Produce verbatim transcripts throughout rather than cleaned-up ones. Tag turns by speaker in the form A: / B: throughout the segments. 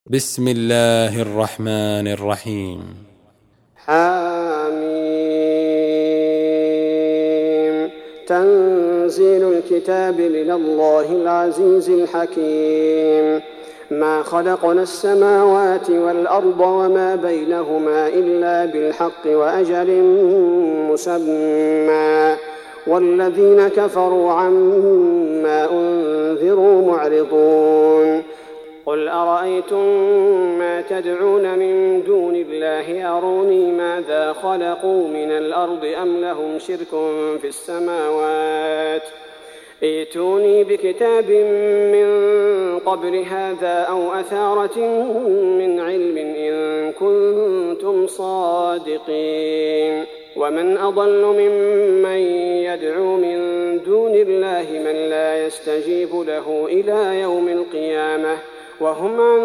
A: بسم الله الرحمن الرحيم.
B: حاميم. تنزيل الكتاب من الله العزيز الحكيم. ما خلقنا السماوات والأرض وما بينهما إلا بالحق وأجل مسمى والذين كفروا عما أنذروا معرضون. قل أرأيتم ما تدعون من دون الله أروني ماذا خلقوا من الأرض أم لهم شرك في السماوات ائتوني بكتاب من قبل هذا أو أثارة من علم إن كنتم صادقين. ومن أضل ممن يدعو من دون الله من لا يستجيب له إلى يوم القيامة وهم عن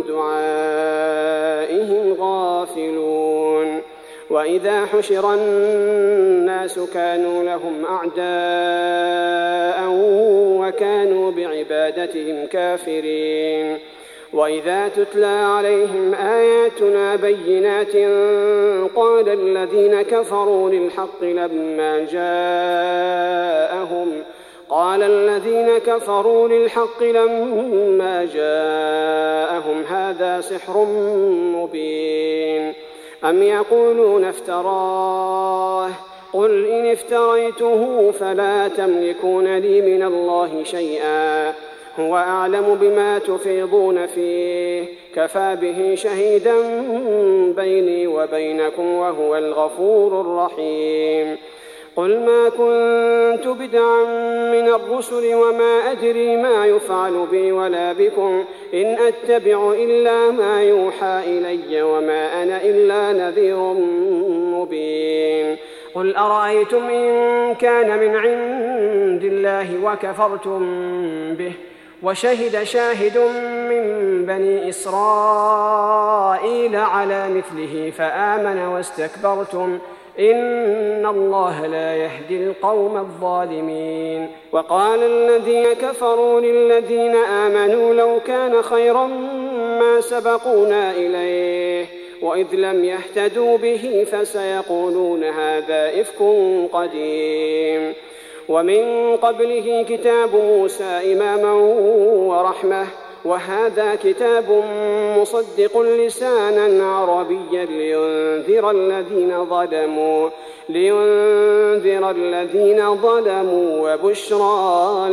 B: دعائهم غافلون. وإذا حشر الناس كانوا لهم أعداء وكانوا بعبادتهم كافرين. وإذا تتلى عليهم آياتنا بينات قال الذين كفروا للحق لما جاءهم قال الذين كفروا للحق لما جاءهم هذا سحر مبين أم يقولون افتراه قل إن افتريته فلا تملكون لي من الله شيئا هو أعلم بما تفيضون فيه كفى به شهيدا بيني وبينكم وهو الغفور الرحيم. قل ما كنت بدعا من الرسل وما أدري ما يفعل بي ولا بكم إن أتبع إلا ما يوحى إلي وما أنا إلا نذير مبين. قل أرأيتم إن كان من عند الله وكفرتم به وشهد شاهد من بني إسرائيل على مثله فآمن واستكبرتم إن الله لا يهدي القوم الظالمين. وقال الذين كفروا للذين آمنوا لو كان خيرا ما سبقونا إليه وإذ لم يهتدوا به فسيقولون هذا إفك قديم. ومن قبله كتاب موسى إماما ورحمة وهذا كتاب مصدق لسانا عربيا لينذر الذين ظلموا لينذر الذين ظلموا وبشرى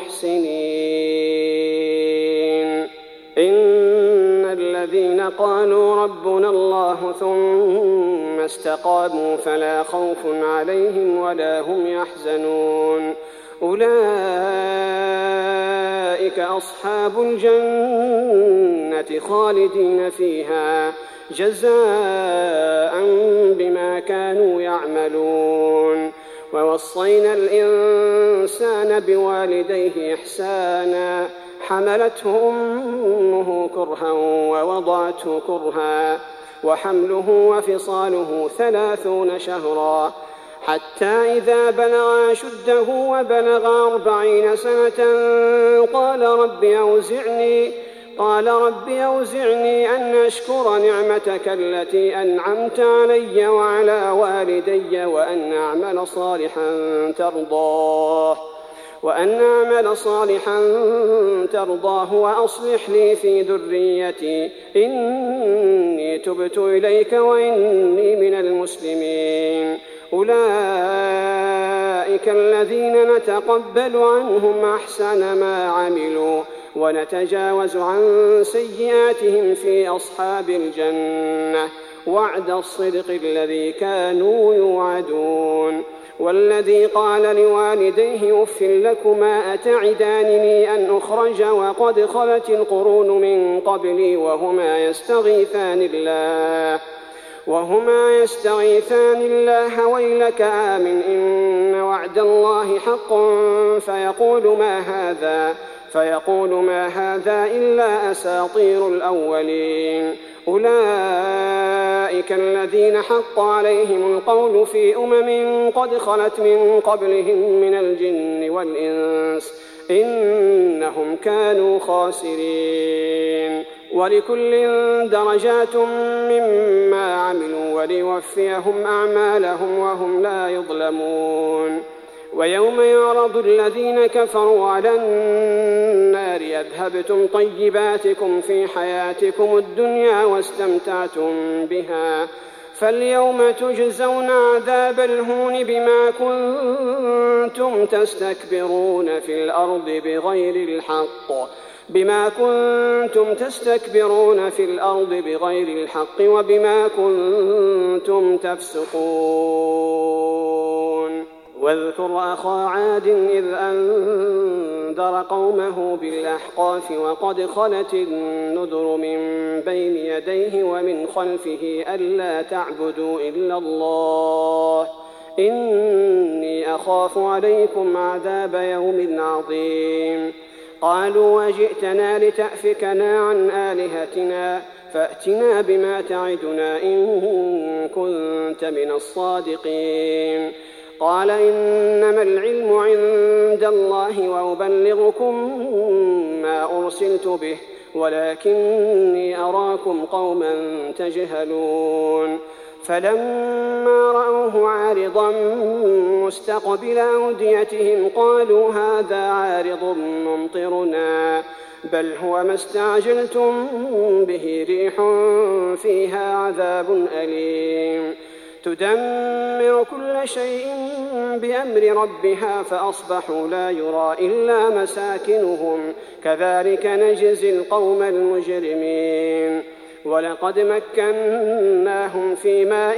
B: للمحسنين. إن الذين قالوا ربنا الله ثم استقاموا فلا خوف عليهم ولا هم يحزنون أولئك أصحاب الجنة خالدين فيها جزاء بما كانوا يعملون. ووصينا الإنسان بوالديه إحسانا حملته أمه كرها ووضعته كرها وحمله وفصاله ثلاثون شهرا حتى إذا بلغ أشده وبلغ أربعين سنة قال رب أوزعني قال رب أوزعني أن أشكر نعمتك التي أنعمت علي وعلى والدي وأن أعمل صالحا ترضاه وأن أعمل صالحا ترضاه وأصلح لي في ذريتي إني تبت إليك وإني من المسلمين. أولئك الذين نتقبل عنهم أحسن ما عملوا ونتجاوز عن سيئاتهم في أصحاب الجنة وعد الصدق الذي كانوا يوعدون. والذي قال لوالديه أف لكما أتعدانني أن أخرج وقد خلت القرون من قبلي وهما يستغيثان الله وهما يستغيثان الله ويلك آمن إن وعد الله حق فيقول ما هذا فيقول ما هذا إلا أساطير الأولين. أولئك الذين حق عليهم القول في أمم قد خلت من قبلهم من الجن والإنس إنهم كانوا خاسرين. ولكل درجات مما عملوا وليوفيهم أعمالهم وهم لا يظلمون. ويوم يعرض الذين كفروا على النار أذهبتم طيباتكم في حياتكم الدنيا واستمتعتم بها فاليوم تجزون عذاب الهون بما كنتم تستكبرون في الأرض بغير الحق بما كنتم تستكبرون في الأرض بغير الحق وبما كنتم تفسقون. واذكر أخا عاد إذ أنذر قومه بالأحقاف وقد خلت النذر من بين يديه ومن خلفه ألا تعبدوا إلا الله إني أخاف عليكم عذاب يوم عظيم. قالوا وجئتنا لتأفكنا عن آلهتنا فأتنا بما تعدنا إن كنت من الصادقين. قال إنما العلم عند الله وأبلغكم ما أرسلت به ولكني أراكم قوما تجهلون. فلما رأوه عارضا مستقبل أوديتهم قالوا هذا عارض ممطرنا بل هو ما استعجلتم به ريح فيها عذاب أليم تدمر كل شيء بأمر ربها فأصبحوا لا يرى إلا مساكنهم كذلك نجزي القوم المجرمين. ولقد مكناهم في ماء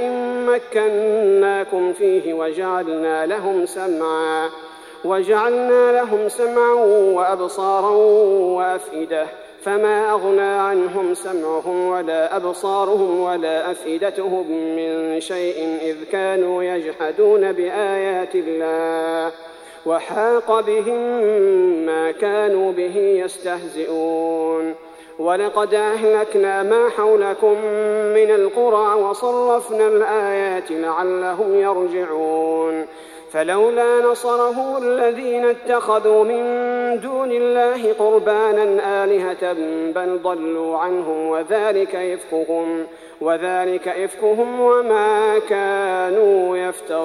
B: مكناكم فيه وجعلنا لهم سمعا وجعلنا لهم سمعا وأبصارا وأفئدة فما أغنى عنهم سمعهم ولا أبصارهم ولا أفئدتهم من شيء إذ كانوا يجحدون بآيات الله وحاق بهم ما كانوا به يستهزئون. ولقد أهلكنا ما حولكم من القرى وصرفنا الآيات لعلهم يرجعون. فلولا نصرهم الذين اتخذوا من دون الله قربانا آلهة بل ضلوا عنهم وذلك إفكهم وذلك إفكهم وما كانوا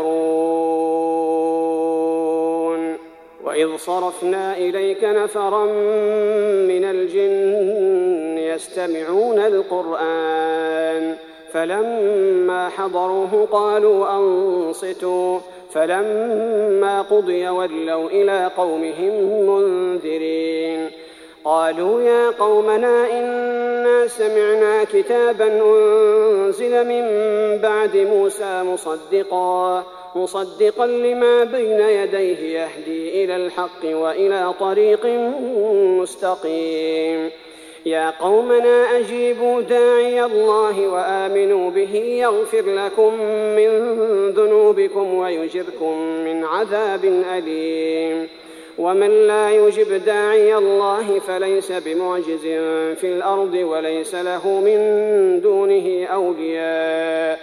B: يفترون. وإذ صرفنا إليك نفرا من الجن يستمعون القرآن فلما حضروه قالوا أنصتوا فلما قضي ولوا إلى قومهم منذرين. قالوا يا قومنا إنا سمعنا كتابا أنزل من بعد موسى مصدقا مصدقا لما بين يديه يهدي إلى الحق وإلى طريق مستقيم. يا قومنا أجيبوا داعي الله وآمنوا به يغفر لكم من ذنوبكم ويجركم من عذاب أليم. ومن لا يجب داعي الله فليس بمعجز في الأرض وليس له من دونه أولياء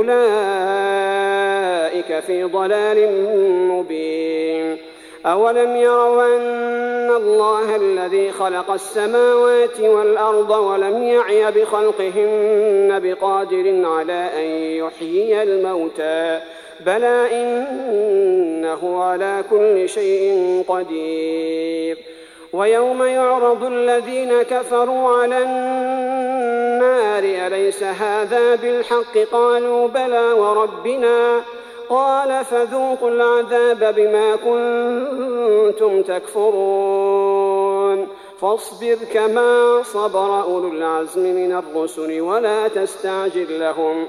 B: أولئك في ضلال مبين. أولم يروا أن الله الذي خلق السماوات والأرض ولم يعي بخلقهن بقادر على أن يحيي الموتى بلى إنه على كل شيء قدير. ويوم يعرض الذين كفروا على النار أليس هذا بالحق قالوا بلى وربنا قال فذوقوا العذاب بما كنتم تكفرون. فاصبر كما صبر أولو العزم من الرسل ولا تستعجل لهم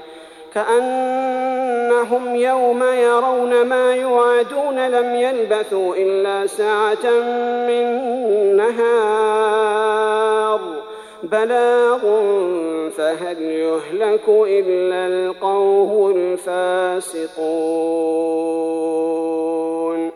B: كأنهم يوم يرون ما يوعدون لم يلبثوا إلا ساعة من نهار بلاغ فهل يهلك إلا القوم الفاسقون.